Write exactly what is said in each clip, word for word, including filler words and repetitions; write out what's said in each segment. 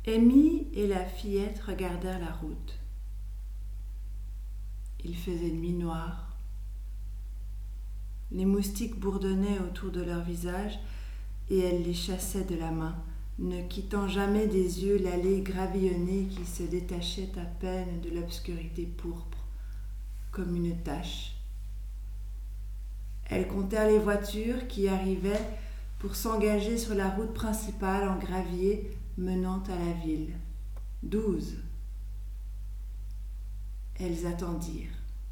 Amy et la fillette regardèrent la route. Il faisait nuit noire. Les moustiques bourdonnaient autour de leur visage et elle les chassait de la main, ne quittant jamais des yeux l'allée gravillonnée qui se détachait à peine de l'obscurité pourpre, comme une tache. Elles comptèrent les voitures qui arrivaient pour s'engager sur la route principale en gravier menant à la ville. Douze. Elles attendirent.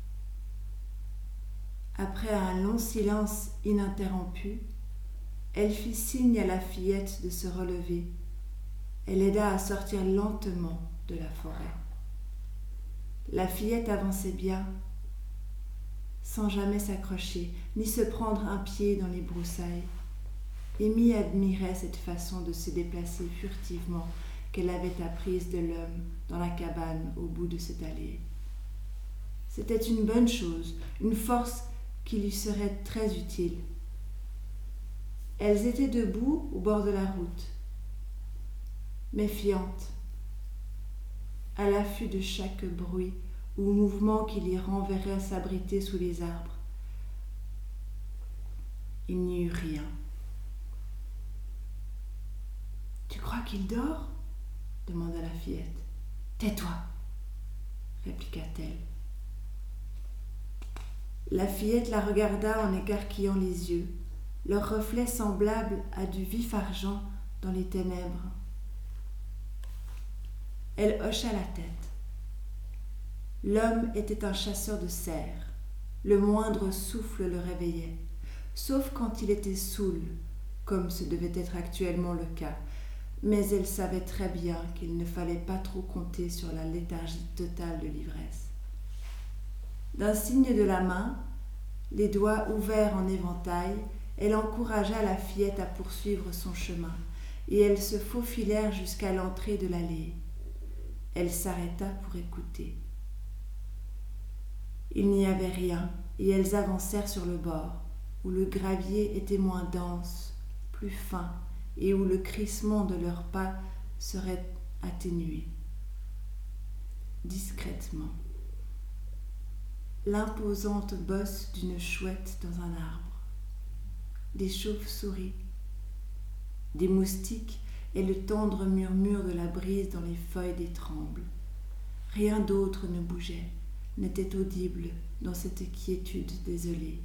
Après un long silence ininterrompu, elle fit signe à la fillette de se relever. Elle aida à sortir lentement de la forêt. La fillette avançait bien, sans jamais s'accrocher, ni se prendre un pied dans les broussailles. Amy admirait cette façon de se déplacer furtivement qu'elle avait apprise de l'homme dans la cabane au bout de cette allée. C'était une bonne chose, une force qui lui serait très utile. Elles étaient debout au bord de la route, méfiantes, à l'affût de chaque bruit ou mouvement qui les renverrait s'abriter sous les arbres. Il n'y eut rien. « Tu crois qu'il dort ?» demanda la fillette. « Tais-toi » répliqua-t-elle. La fillette la regarda en écarquillant les yeux, leur reflet semblable à du vif argent dans les ténèbres. Elle hocha la tête. L'homme était un chasseur de cerfs. Le moindre souffle le réveillait, sauf quand il était saoul, comme ce devait être actuellement le cas. Mais elle savait très bien qu'il ne fallait pas trop compter sur la léthargie totale de l'ivresse. D'un signe de la main, les doigts ouverts en éventail, elle encouragea la fillette à poursuivre son chemin, et elles se faufilèrent jusqu'à l'entrée de l'allée. Elle s'arrêta pour écouter. Il n'y avait rien, et elles avancèrent sur le bord, où le gravier était moins dense, plus fin, et où le crissement de leurs pas serait atténué. Discrètement, l'imposante bosse d'une chouette dans un arbre, des chauves-souris, des moustiques et le tendre murmure de la brise dans les feuilles des trembles. Rien d'autre ne bougeait, n'était audible dans cette quiétude désolée.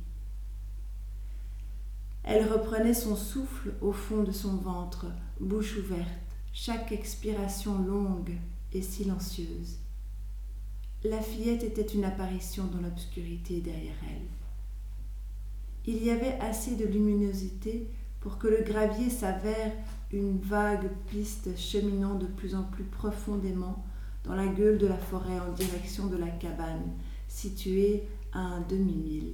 Elle reprenait son souffle au fond de son ventre, bouche ouverte, chaque expiration longue et silencieuse. La fillette était une apparition dans l'obscurité derrière elle. Il y avait assez de luminosité pour que le gravier s'avère une vague piste cheminant de plus en plus profondément dans la gueule de la forêt en direction de la cabane, située à un demi-mille.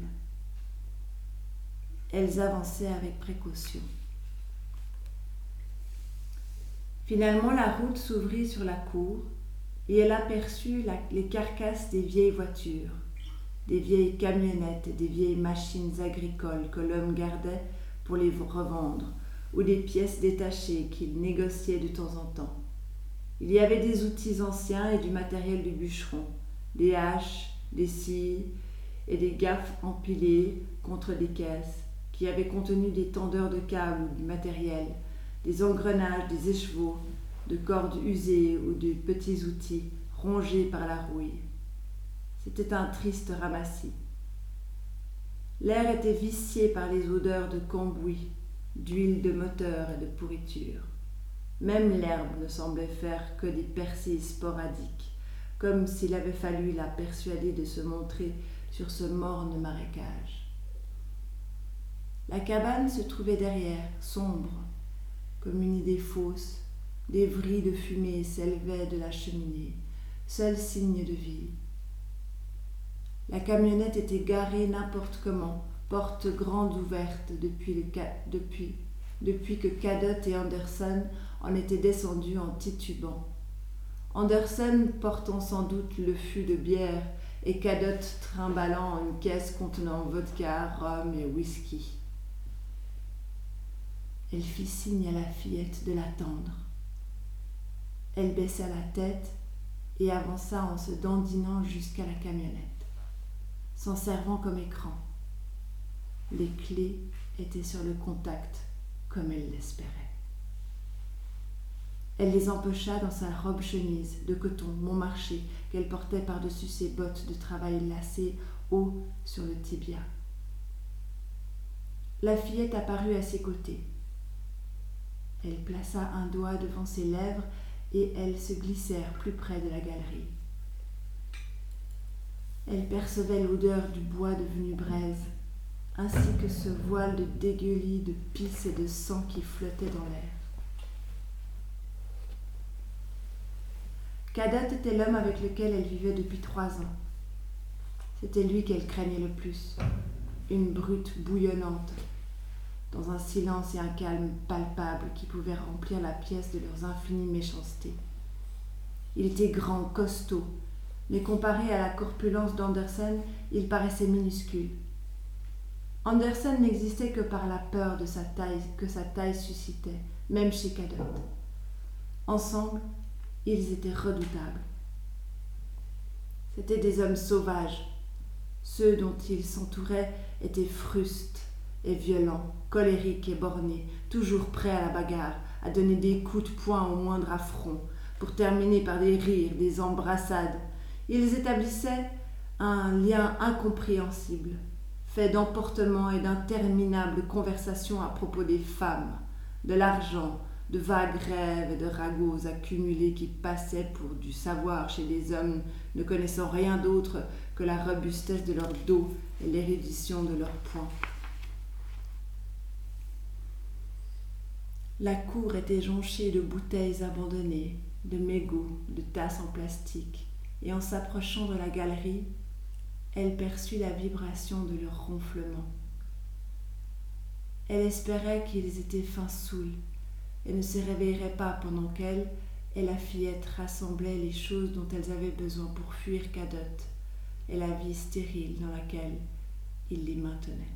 Elles avançaient avec précaution. Finalement, la route s'ouvrit sur la cour et elle aperçut la, les carcasses des vieilles voitures, des vieilles camionnettes et des vieilles machines agricoles que l'homme gardait pour les revendre, ou des pièces détachées qu'il négociait de temps en temps. Il y avait des outils anciens et du matériel du bûcheron, des haches, des scies et des gaffes empilées contre des caisses qui avaient contenu des tendeurs de câbles ou du matériel, des engrenages, des écheveaux, de cordes usées ou de petits outils rongés par la rouille. C'était un triste ramassis. L'air était vicié par les odeurs de cambouis, d'huile de moteur et de pourriture. Même l'herbe ne semblait faire que des percées sporadiques, comme s'il avait fallu la persuader de se montrer sur ce morne marécage. La cabane se trouvait derrière, sombre, comme une idée fausse. Des vrilles de fumée s'élevaient de la cheminée, seul signe de vie. La camionnette était garée n'importe comment, porte grande ouverte depuis, le ca- depuis, depuis que Cadott et Anderson en étaient descendus en titubant. Anderson portant sans doute le fût de bière et Cadott trimballant une caisse contenant vodka, rhum et whisky. Elle fit signe à la fillette de l'attendre. Elle baissa la tête et avança en se dandinant jusqu'à la camionnette, s'en servant comme écran. Les clés étaient sur le contact, comme elle l'espérait. Elle les empocha dans sa robe chemise de coton bon marché qu'elle portait par-dessus ses bottes de travail lacées haut sur le tibia. La fillette apparut à ses côtés. Elle plaça un doigt devant ses lèvres et elles se glissèrent plus près de la galerie. Elle percevait l'odeur du bois devenu braise, ainsi que ce voile de dégueulis, de pisse et de sang qui flottait dans l'air. Cadott était l'homme avec lequel elle vivait depuis trois ans. C'était lui qu'elle craignait le plus, une brute bouillonnante, dans un silence et un calme palpables qui pouvaient remplir la pièce de leurs infinies méchancetés. Il était grand, costaud, mais comparé à la corpulence d'Andersen, il paraissait minuscule. Andersen n'existait que par la peur de sa taille, que sa taille suscitait, même chez Cadott. Ensemble, ils étaient redoutables. C'étaient des hommes sauvages. Ceux dont ils s'entouraient étaient frustes et violents, colériques et bornés, toujours prêts à la bagarre, à donner des coups de poing au moindre affront, pour terminer par des rires, des embrassades. Ils établissaient un lien incompréhensible, fait d'emportements et d'interminables conversations à propos des femmes, de l'argent, de vagues rêves et de ragots accumulés qui passaient pour du savoir chez des hommes ne connaissant rien d'autre que la robustesse de leur dos et l'érudition de leurs poings. La cour était jonchée de bouteilles abandonnées, de mégots, de tasses en plastique, et en s'approchant de la galerie, elle perçut la vibration de leurs ronflements. Elle espérait qu'ils étaient fins saouls et ne se réveilleraient pas pendant qu'elle et la fillette rassemblaient les choses dont elles avaient besoin pour fuir Cadott et la vie stérile dans laquelle il les maintenait.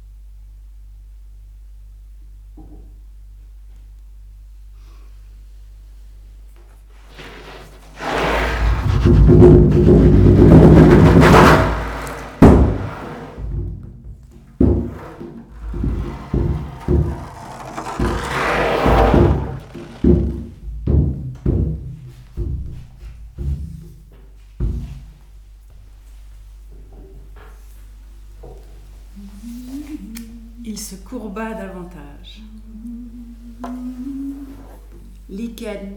Il se courba davantage. Lichen.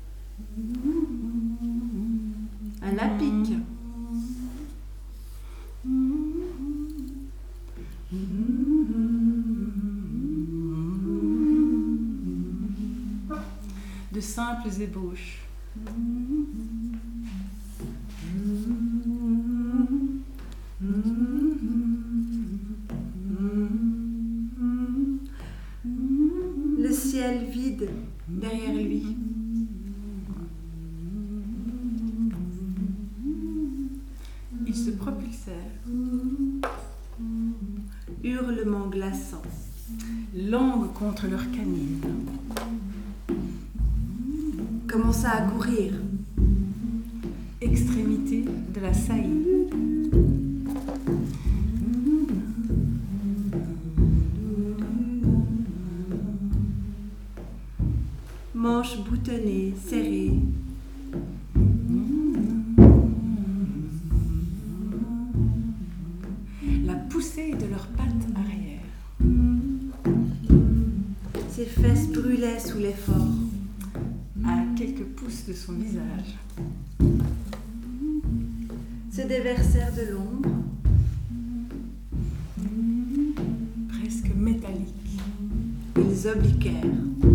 Un apic. De simples ébauches. Le ciel vide derrière lui. Ils se propulsèrent. Hurlements glaçants. Langue contre leurs canines. Commença à courir. Extrémité de la saillie. Manches boutonnées, serrées. La poussée de leurs pattes arrière. Ses fesses brûlaient sous l'effort. À quelques pouces de son visage. Se déversèrent de l'ombre. Presque métalliques. Ils obliquèrent.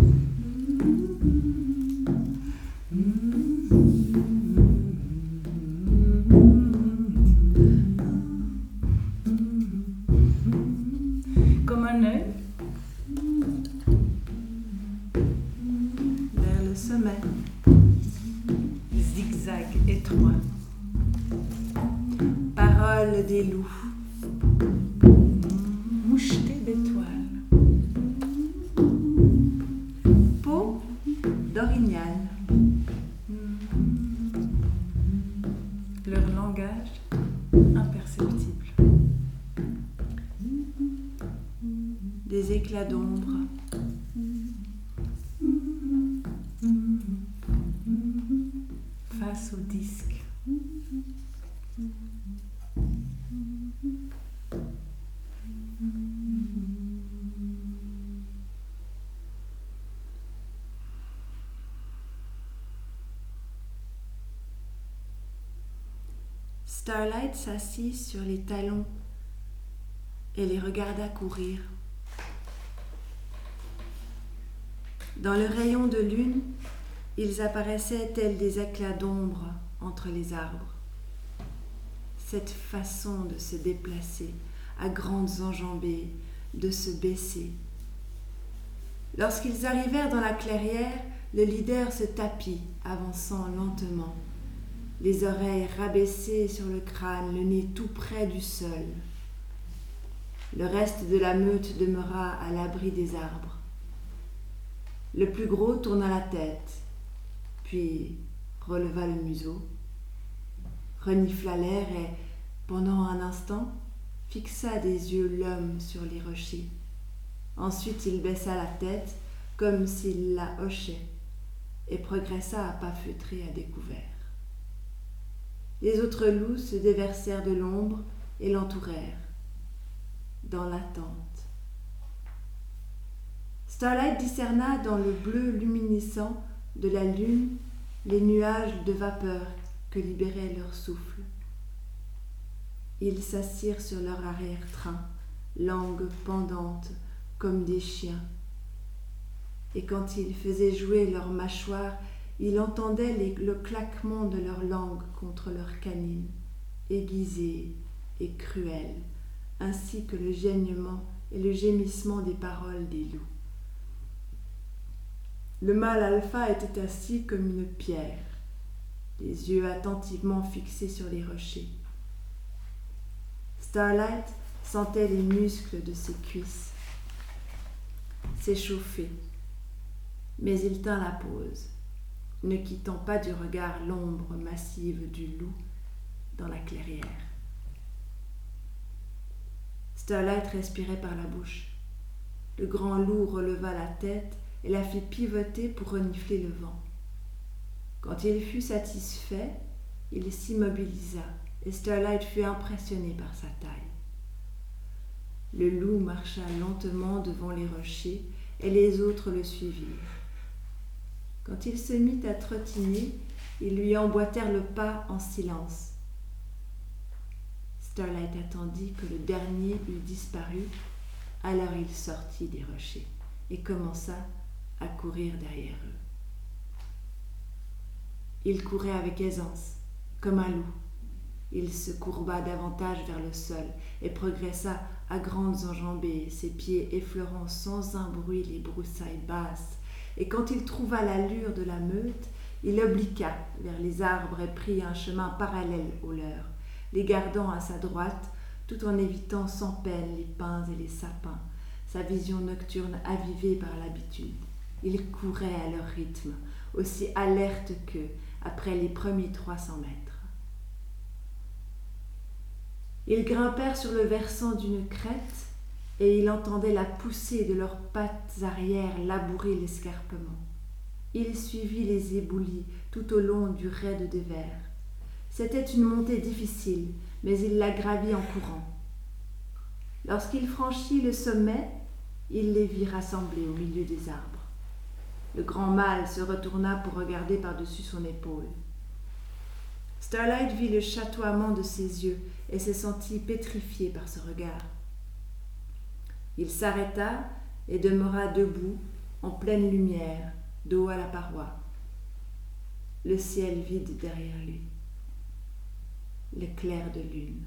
Comme un œil. Vers le sommet. Zigzag étroit. Parole des loups. Moucheté d'étoiles. Peau d'orignal. imperceptible. Des éclats d'ombre. Face au disque. Starlight s'assit sur les talons et les regarda courir. Dans le rayon de lune, ils apparaissaient tels des éclats d'ombre entre les arbres. Cette façon de se déplacer à grandes enjambées, de se baisser. Lorsqu'ils arrivèrent dans la clairière, le leader se tapit, avançant lentement, les oreilles rabaissées sur le crâne, le nez tout près du sol. Le reste de la meute demeura à l'abri des arbres. Le plus gros tourna la tête, puis releva le museau, renifla l'air et, pendant un instant, fixa des yeux l'homme sur les rochers. Ensuite, il baissa la tête comme s'il la hochait et progressa à pas feutrés à découvert. Les autres loups se déversèrent de l'ombre et l'entourèrent, dans l'attente. Starlight discerna dans le bleu luminescent de la lune les nuages de vapeur que libérait leur souffle. Ils s'assirent sur leur arrière-train, langue pendante comme des chiens. Et quand ils faisaient jouer leurs mâchoires, il entendait les, le claquement de leur langue contre leurs canines, aiguisées et cruelles, ainsi que le gênement et le gémissement des paroles des loups. Le mâle alpha était assis comme une pierre, les yeux attentivement fixés sur les rochers. Starlight sentait les muscles de ses cuisses s'échauffer, mais il tint la pose, ne quittant pas du regard l'ombre massive du loup dans la clairière. Starlight respirait par la bouche. Le grand loup releva la tête et la fit pivoter pour renifler le vent. Quand il fut satisfait, il s'immobilisa et Starlight fut impressionné par sa taille. Le loup marcha lentement devant les rochers et les autres le suivirent. Quand il se mit à trottiner, ils lui emboîtèrent le pas en silence. Starlight attendit que le dernier eût disparu, alors il sortit des rochers et commença à courir derrière eux. Il courait avec aisance, comme un loup. Il se courba davantage vers le sol et progressa à grandes enjambées, ses pieds effleurant sans un bruit les broussailles basses. Et quand il trouva l'allure de la meute, il obliqua vers les arbres et prit un chemin parallèle aux leurs, les gardant à sa droite, tout en évitant sans peine les pins et les sapins, sa vision nocturne avivée par l'habitude. Il courait à leur rythme, aussi alerte qu'eux, après les premiers trois cents mètres. Ils grimpèrent sur le versant d'une crête et il entendait la poussée de leurs pattes arrière labourer l'escarpement. Il suivit les éboulis tout au long du raid des vers. C'était une montée difficile, mais il la gravit en courant. Lorsqu'il franchit le sommet, il les vit rassemblés au milieu des arbres. Le grand mâle se retourna pour regarder par-dessus son épaule. Starlight vit le chatoiement de ses yeux et se sentit pétrifié par ce regard. Il s'arrêta et demeura debout, en pleine lumière, dos à la paroi. Le ciel vide derrière lui. Le clair de lune.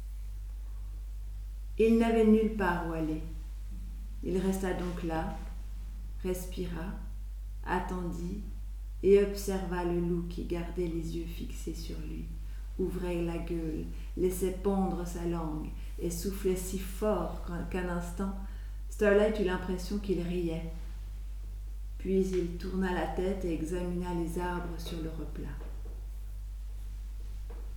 Il n'avait nulle part où aller. Il resta donc là, respira, attendit et observa le loup qui gardait les yeux fixés sur lui, ouvrait la gueule, laissait pendre sa langue et soufflait si fort qu'un instant, Starlight eut l'impression qu'il riait. Puis il tourna la tête et examina les arbres sur le replat.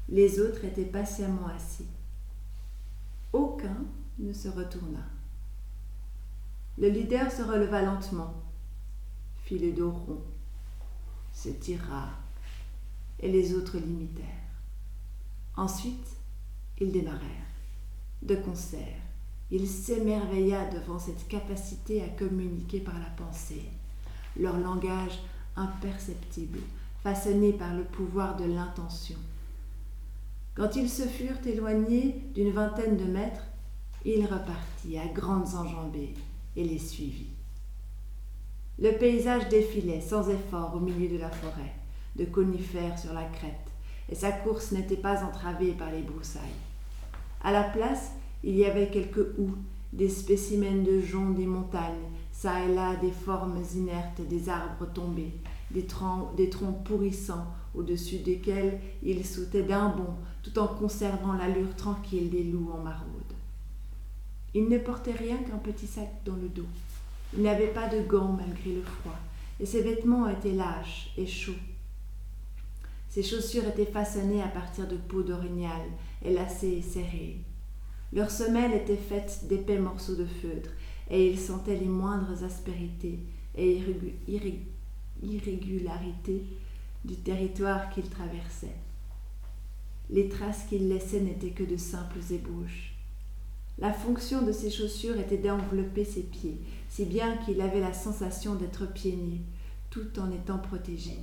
Les autres étaient patiemment assis. Aucun ne se retourna. Le leader se releva lentement, fit le dos rond, s'étira, et les autres l'imitèrent. Ensuite, ils démarrèrent. De concert, il s'émerveilla devant cette capacité à communiquer par la pensée, leur langage imperceptible, façonné par le pouvoir de l'intention. Quand ils se furent éloignés d'une vingtaine de mètres, il repartit à grandes enjambées et les suivit. Le paysage défilait sans effort au milieu de la forêt, de conifères sur la crête, et sa course n'était pas entravée par les broussailles. À la place, il y avait quelques houx, des spécimens de joncs des montagnes, çà et là des formes inertes des arbres tombés, des troncs, des troncs pourrissants au-dessus desquels il sautait d'un bond, tout en conservant l'allure tranquille des loups en maraude. Il ne portait rien qu'un petit sac dans le dos. Il n'avait pas de gants malgré le froid, et ses vêtements étaient lâches et chauds. Ses chaussures étaient façonnées à partir de peau d'orignal, et lacées et serrées. Leurs semelles étaient faites d'épais morceaux de feutre, et il sentait les moindres aspérités et irrégu- irré- irrégularités du territoire qu'il traversait. Les traces qu'il laissait n'étaient que de simples ébauches. La fonction de ses chaussures était d'envelopper ses pieds, si bien qu'il avait la sensation d'être pieds nus, tout en étant protégé.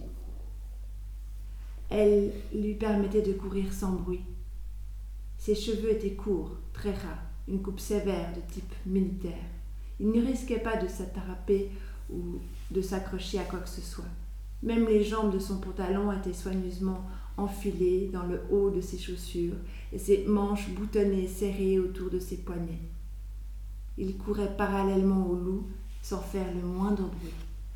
Elles lui permettaient de courir sans bruit. Ses cheveux étaient courts, très ras, une coupe sévère de type militaire. Il ne risquait pas de s'attraper ou de s'accrocher à quoi que ce soit. Même les jambes de son pantalon étaient soigneusement enfilées dans le haut de ses chaussures et ses manches boutonnées serrées autour de ses poignets. Il courait parallèlement au loup sans faire le moindre bruit.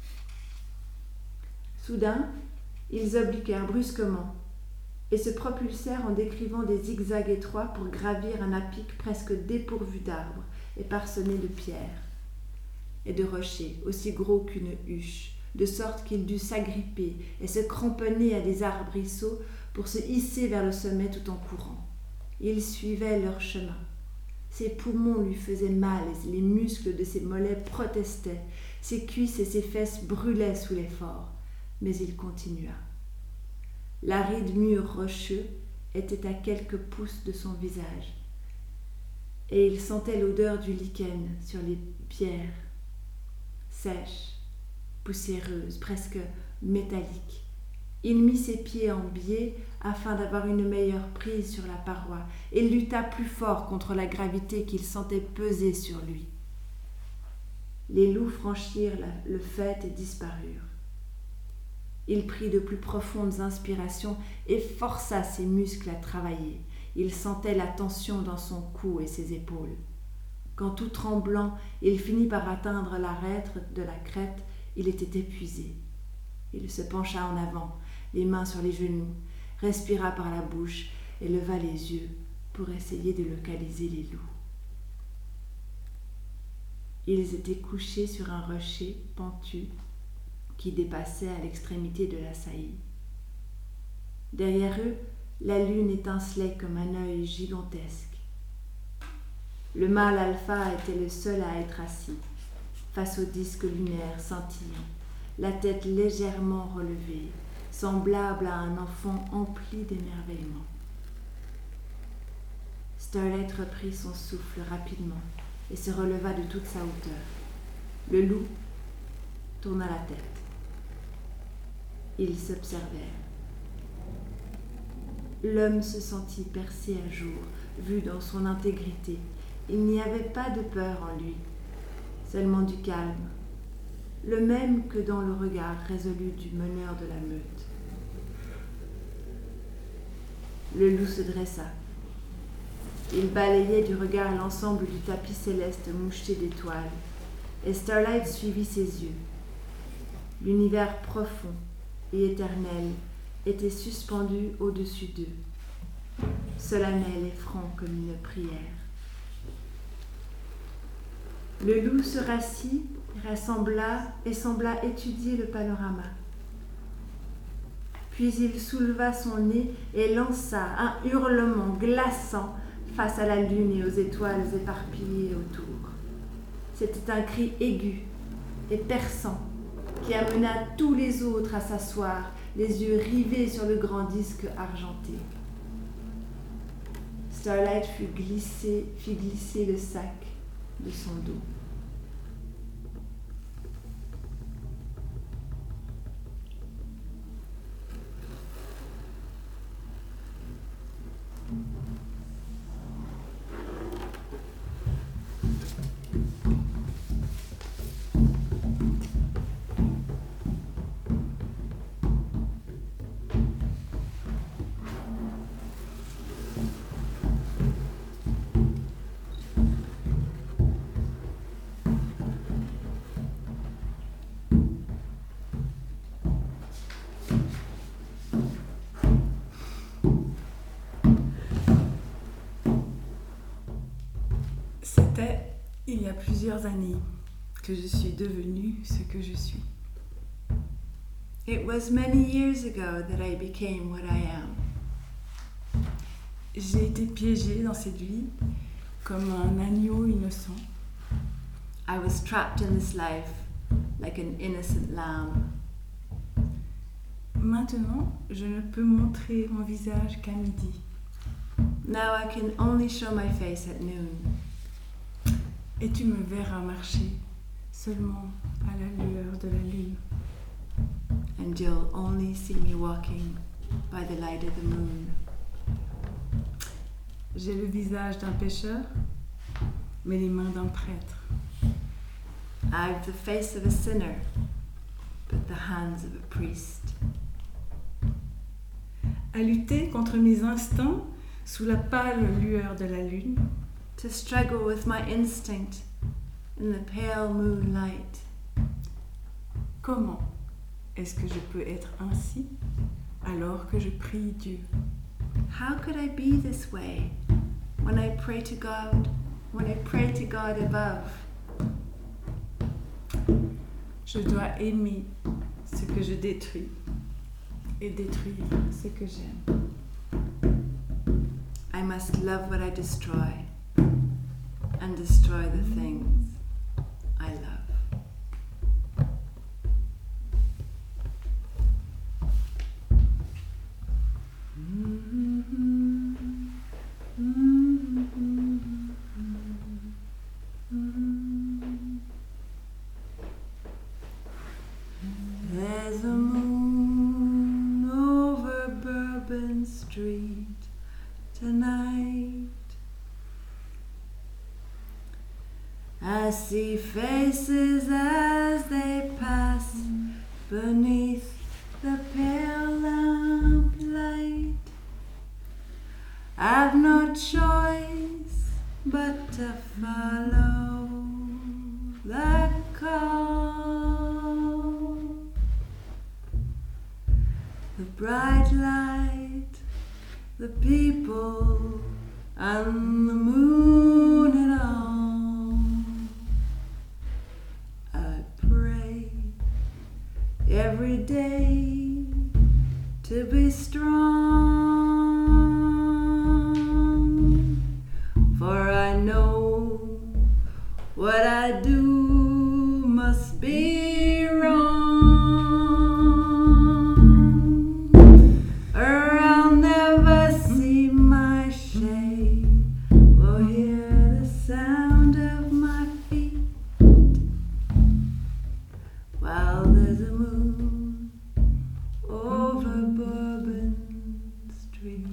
Soudain, ils obliquèrent brusquement et se propulsèrent en décrivant des zigzags étroits pour gravir un à-pic presque dépourvu d'arbres et parsemé de pierres et de rochers aussi gros qu'une huche, de sorte qu'il dut s'agripper et se cramponner à des arbrisseaux pour se hisser vers le sommet tout en courant. Il suivait leur chemin. Ses poumons lui faisaient mal et les muscles de ses mollets protestaient, ses cuisses et ses fesses brûlaient sous l'effort, mais il continua. L'aride mur rocheux était à quelques pouces de son visage, et il sentait l'odeur du lichen sur les pierres, sèches, poussiéreuses, presque métalliques. Il mit ses pieds en biais afin d'avoir une meilleure prise sur la paroi et lutta plus fort contre la gravité qu'il sentait peser sur lui. Les loups franchirent la, le faîte et disparurent. Il prit de plus profondes inspirations et força ses muscles à travailler. Il sentait la tension dans son cou et ses épaules. Quand tout tremblant, il finit par atteindre l'arête de la crête, il était épuisé. Il se pencha en avant, les mains sur les genoux, respira par la bouche et leva les yeux pour essayer de localiser les loups. Ils étaient couchés sur un rocher pentu qui dépassait à l'extrémité de la saillie. Derrière eux, la lune étincelait comme un œil gigantesque. Le mâle alpha était le seul à être assis, face au disque lunaire scintillant, la tête légèrement relevée, semblable à un enfant empli d'émerveillement. Starlight reprit son souffle rapidement et se releva de toute sa hauteur. Le loup tourna la tête. Ils s'observèrent. L'homme se sentit percé à jour, vu dans son intégrité. Il n'y avait pas de peur en lui, seulement du calme, le même que dans le regard résolu du meneur de la meute. Le loup se dressa. Il balayait du regard l'ensemble du tapis céleste moucheté d'étoiles, et Starlight suivit ses yeux. L'univers profond et éternel était suspendu au-dessus d'eux, solennel et franc comme une prière. Le loup se rassit, rassembla et sembla étudier le panorama. Puis il souleva son nez et lança un hurlement glaçant face à la lune et aux étoiles éparpillées autour. C'était un cri aigu et perçant qui amena tous les autres à s'asseoir, les yeux rivés sur le grand disque argenté. Starlight fit glisser, fit glisser le sac de son dos. C'était il y a plusieurs années que je suis devenue ce que je suis. It was many years ago that I became what I am. J'ai été piégée dans cette vie comme un agneau innocent. I was trapped in this life like an innocent lamb. Maintenant, je ne peux montrer mon visage qu'à midi. Now I can only show my face at noon. Et tu me verras marcher seulement à la lueur de la lune. And you'll only see me walking by the light of the moon. J'ai le visage d'un pécheur, mais les mains d'un prêtre. I've the face of a sinner, but the hands of a priest. À lutter contre mes instincts sous la pâle lueur de la lune. To struggle with my instinct in the pale moonlight. Comment est-ce que je peux être ainsi alors que je prie Dieu? How could I be this way when I pray to God, when I pray to God above? Je dois aimer ce que je détruis et détruire ce que j'aime. I must love what I destroy and destroy the things I love. There's a moon over Bourbon Street tonight. I see faces as they pass beneath the pale lamplight. I've no choice but to follow that call. The bright light, the people, and the moon and all. Every day to be strong, for I know what I do must be wrong, or I'll never see my shade or hear the sound of my feet while there's a moon over Bourbon Street.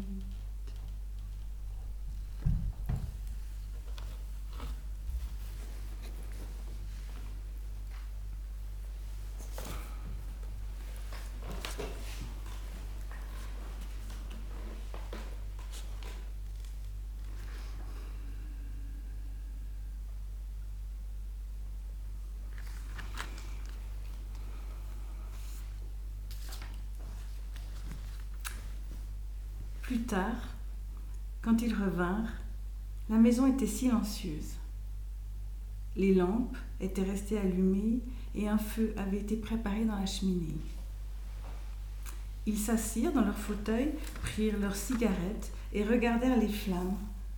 Plus tard, quand ils revinrent, la maison était silencieuse. Les lampes étaient restées allumées et un feu avait été préparé dans la cheminée. Ils s'assirent dans leur fauteuil, prirent leurs cigarettes et regardèrent les flammes,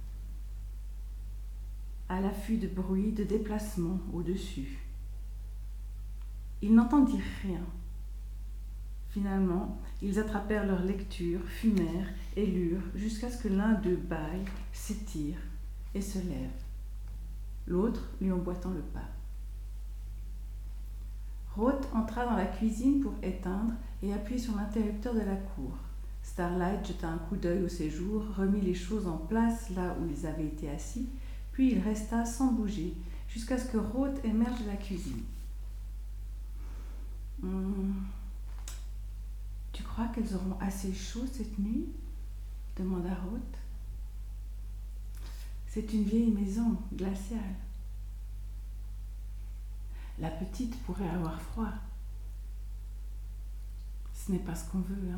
à l'affût de bruits de déplacement au-dessus. Ils n'entendirent rien. Finalement, ils attrapèrent leur lecture, fumèrent et lurent jusqu'à ce que l'un d'eux bâille, s'étire et se lève, l'autre lui emboîtant le pas. Roth entra dans la cuisine pour éteindre et appuyer sur l'interrupteur de la cour. Starlight jeta un coup d'œil au séjour, remit les choses en place là où ils avaient été assis, puis il resta sans bouger jusqu'à ce que Roth émerge de la cuisine. Hum, « Tu crois qu'elles auront assez chaud cette nuit ?» demanda Roth. « C'est une vieille maison, glaciale. La petite pourrait avoir froid. Ce n'est pas ce qu'on veut, hein. »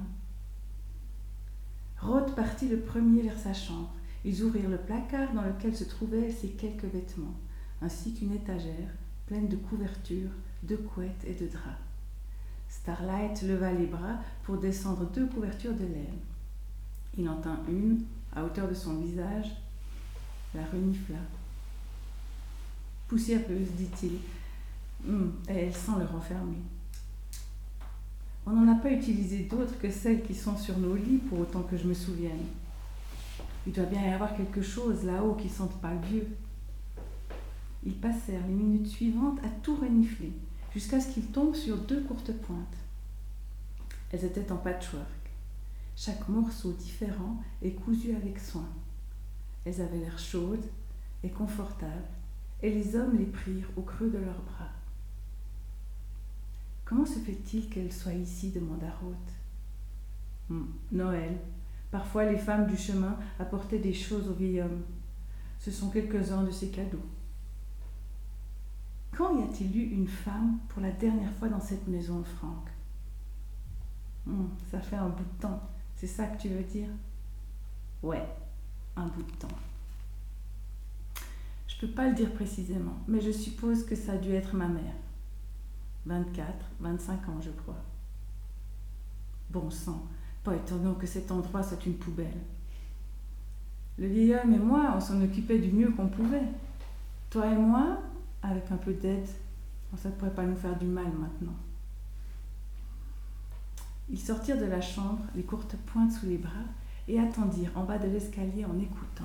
Roth partit le premier vers sa chambre. Ils ouvrirent le placard dans lequel se trouvaient ses quelques vêtements, ainsi qu'une étagère pleine de couvertures, de couettes et de draps. Starlight leva les bras pour descendre deux couvertures de laine. Il en tint une, à hauteur de son visage, la renifla. « Poussiéreuse, dit-il, hum, et elle sent le renfermer. On n'en a pas utilisé d'autres que celles qui sont sur nos lits pour autant que je me souvienne. Il doit bien y avoir quelque chose là-haut qui sente pas le vieux. » Ils passèrent les minutes suivantes à tout renifler, jusqu'à ce qu'ils tombent sur deux courtes pointes. Elles étaient en patchwork, chaque morceau différent et cousu avec soin. Elles avaient l'air chaudes et confortables, et les hommes les prirent au creux de leurs bras. « Comment se fait-il qu'elles soient ici ?» demanda Roth. Hum, « Noël. Parfois les femmes du chemin apportaient des choses au vieil homme. Ce sont quelques-uns de ses cadeaux. » Quand y a-t-il eu une femme pour la dernière fois dans cette maison, Franck ? Hum, ça fait un bout de temps, c'est ça que tu veux dire ? Ouais, un bout de temps. Je peux pas le dire précisément, mais je suppose que ça a dû être ma mère. vingt-quatre, vingt-cinq ans, je crois. Bon sang, pas étonnant que cet endroit soit une poubelle. Le vieil homme et moi, on s'en occupait du mieux qu'on pouvait. Toi et moi, avec un peu d'aide, ça ne pourrait pas nous faire du mal maintenant. Ils sortirent de la chambre, les courtes pointes sous les bras, et attendirent en bas de l'escalier en écoutant.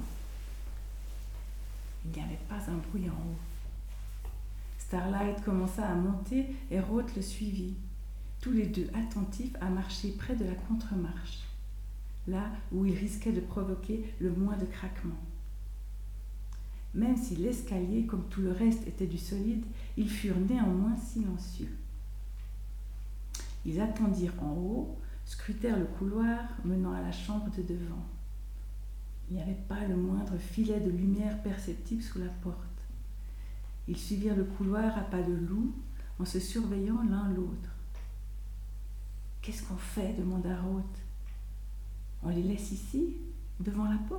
Il n'y avait pas un bruit en haut. Starlight commença à monter et Roth le suivit, tous les deux attentifs à marcher près de la contre-marche, là où ils risquaient de provoquer le moins de craquements. Même si l'escalier, comme tout le reste, était du solide, ils furent néanmoins silencieux. Ils attendirent en haut, scrutèrent le couloir menant à la chambre de devant. Il n'y avait pas le moindre filet de lumière perceptible sous la porte. Ils suivirent le couloir à pas de loup, en se surveillant l'un l'autre. « Qu'est-ce qu'on fait ?» demanda Roth. « On les laisse ici, devant la porte ?»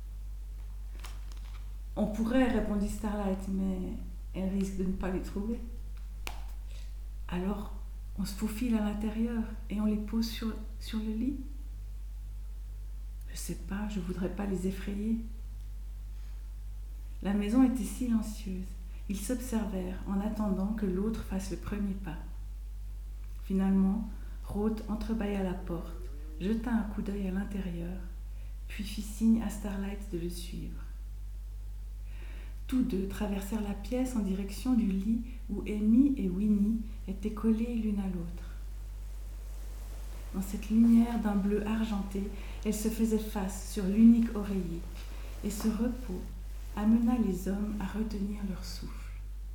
« On pourrait, » répondit Starlight, « mais elle risque de ne pas les trouver. » « Alors, on se faufile à l'intérieur et on les pose sur, sur le lit ?»« Je sais pas, je voudrais pas les effrayer. » La maison était silencieuse. Ils s'observèrent en attendant que l'autre fasse le premier pas. Finalement, Roth entrebâilla la porte, jeta un coup d'œil à l'intérieur, puis fit signe à Starlight de le suivre. Tous deux traversèrent la pièce en direction du lit où Amy et Winnie étaient collées l'une à l'autre. Dans cette lumière d'un bleu argenté, elles se faisaient face sur l'unique oreiller, et ce repos amena les hommes à retenir leur souffle.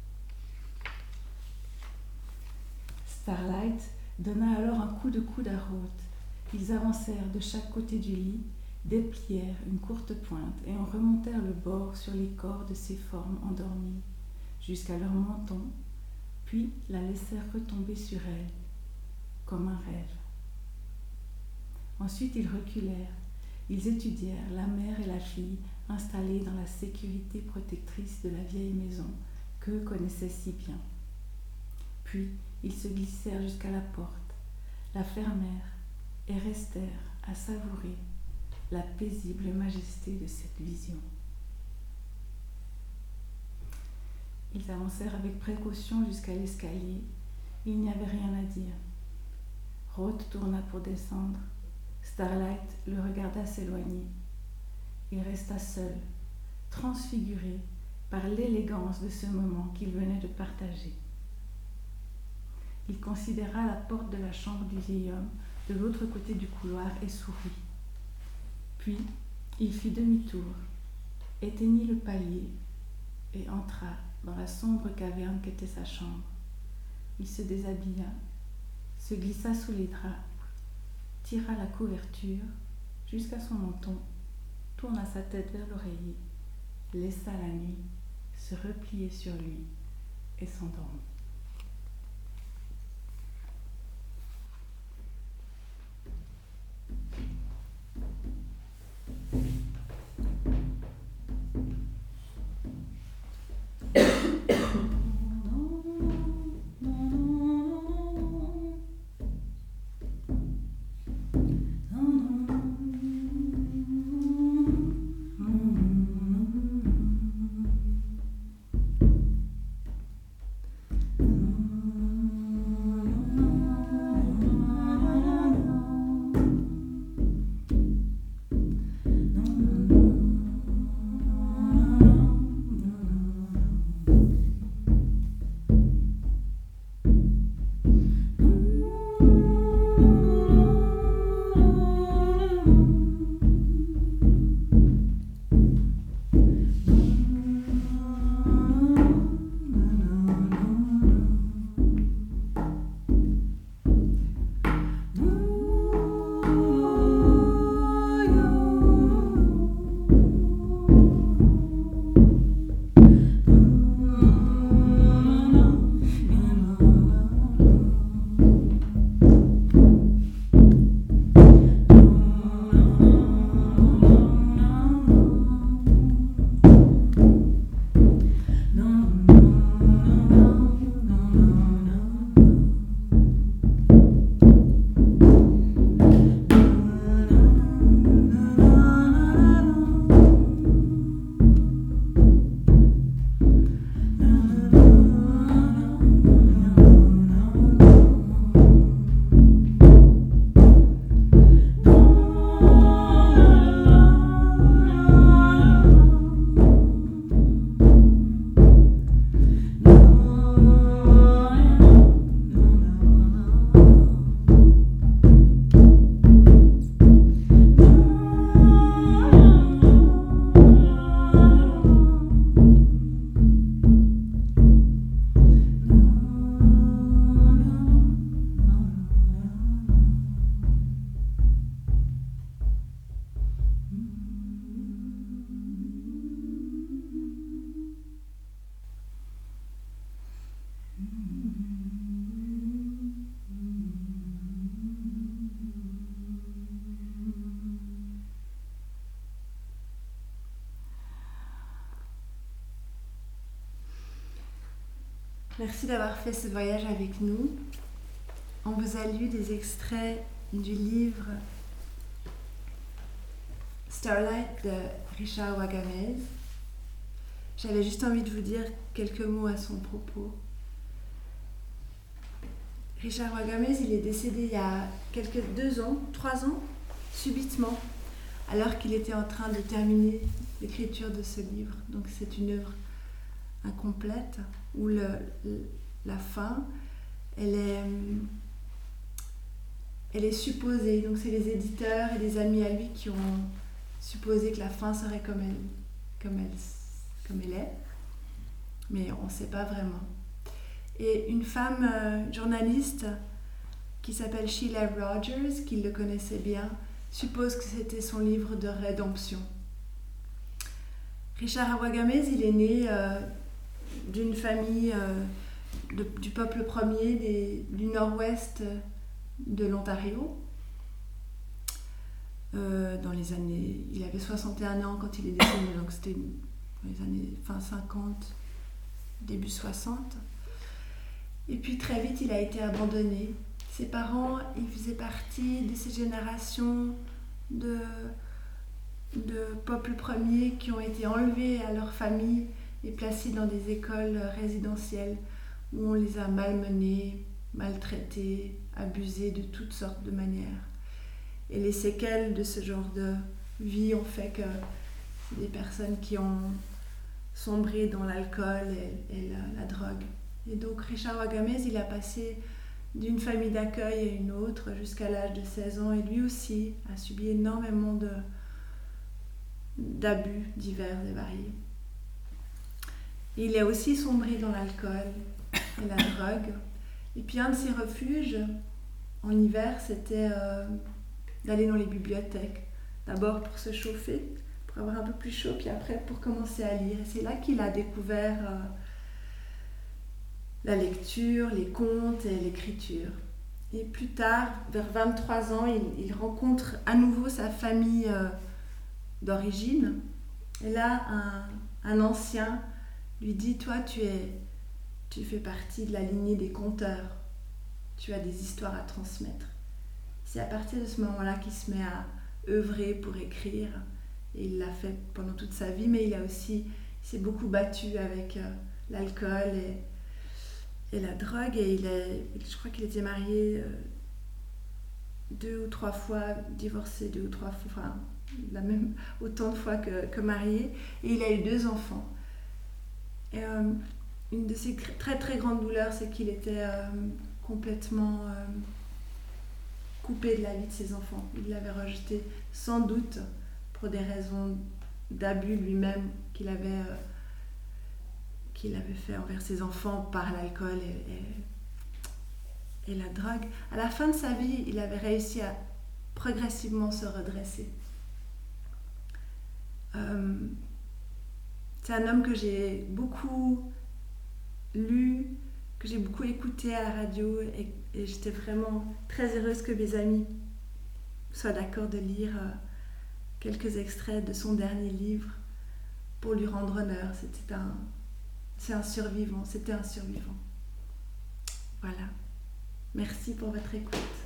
Starlight donna alors un coup de coude à Roth. Ils avancèrent de chaque côté du lit, déplièrent une courte pointe et en remontèrent le bord sur les corps de ces formes endormies, jusqu'à leur menton, puis la laissèrent retomber sur elles, comme un rêve. Ensuite ils reculèrent, ils étudièrent la mère et la fille installées dans la sécurité protectrice de la vieille maison qu'eux connaissaient si bien. Puis ils se glissèrent jusqu'à la porte, la fermèrent et restèrent à savourer la paisible majesté de cette vision. Ils avancèrent avec précaution jusqu'à l'escalier. Il n'y avait rien à dire. Roth tourna pour descendre. Starlight le regarda s'éloigner. Il resta seul, transfiguré par l'élégance de ce moment qu'il venait de partager. Il considéra la porte de la chambre du vieil homme de l'autre côté du couloir et sourit. Puis, il fit demi-tour, éteignit le palier et entra dans la sombre caverne qu'était sa chambre. Il se déshabilla, se glissa sous les draps, tira la couverture jusqu'à son menton, tourna sa tête vers l'oreiller, laissa la nuit se replier sur lui et s'endormit. Merci d'avoir fait ce voyage avec nous. On vous a lu des extraits du livre Starlight de Richard Wagamese. J'avais juste envie de vous dire quelques mots à son propos. Richard Wagamese, il est décédé il y a quelques deux ans, trois ans, subitement, alors qu'il était en train de terminer l'écriture de ce livre. Donc c'est une œuvre incomplète où le, le, la fin, elle est, elle est supposée. Donc c'est les éditeurs et les amis à lui qui ont supposé que la fin serait comme elle, comme elle, comme elle est, mais on ne sait pas vraiment. Et une femme euh, journaliste qui s'appelle Sheila Rogers, qui le connaissait bien, suppose que c'était son livre de rédemption. Richard Wagamese, il est né euh, d'une famille euh, de, du peuple premier des, du nord-ouest de l'Ontario. Euh, dans les années, il avait soixante et un ans quand il est décédé, donc c'était dans les années fin cinquante, début soixante. Et puis très vite, il a été abandonné. Ses parents, ils faisaient partie de ces générations de, de peuples premiers qui ont été enlevés à leur famille et placés dans des écoles résidentielles où on les a malmenés, maltraités, abusés de toutes sortes de manières. Et les séquelles de ce genre de vie ont fait que c'est des personnes qui ont sombré dans l'alcool et, et la, la drogue. Et donc Richard Wagamese, il a passé d'une famille d'accueil à une autre jusqu'à l'âge de seize ans et lui aussi a subi énormément de, d'abus divers et variés. Et il a aussi sombré dans l'alcool et la drogue. Et puis un de ses refuges en hiver, c'était euh, d'aller dans les bibliothèques. D'abord pour se chauffer, pour avoir un peu plus chaud, puis après pour commencer à lire. Et c'est là qu'il a découvert euh, la lecture, les contes et l'écriture. Et plus tard, vers vingt-trois ans, il, il rencontre à nouveau sa famille euh, d'origine. Et là, un, un ancien lui dit « Toi, tu, es, tu fais partie de la lignée des conteurs. Tu as des histoires à transmettre. » C'est à partir de ce moment-là qu'il se met à œuvrer pour écrire. Et il l'a fait pendant toute sa vie, mais il a aussi il s'est beaucoup battu avec euh, l'alcool et, et la drogue. Et il est, je crois qu'il était marié euh, deux ou trois fois, divorcé deux ou trois fois, enfin, la même, autant de fois que, que marié. Et il a eu deux enfants. Et, euh, une de ses très très grandes douleurs, c'est qu'il était euh, complètement euh, coupé de la vie de ses enfants. Il l'avait rejeté sans doute pour des raisons d'abus lui-même qu'il avait, euh, qu'il avait fait envers ses enfants par l'alcool et, et, et la drogue. À la fin de sa vie, il avait réussi à progressivement se redresser. Euh, c'est un homme que j'ai beaucoup lu, que j'ai beaucoup écouté à la radio et, et j'étais vraiment très heureuse que mes amis soient d'accord de lire euh, quelques extraits de son dernier livre pour lui rendre honneur. C'était un, c'est un survivant, c'était un survivant. Voilà. Merci pour votre écoute.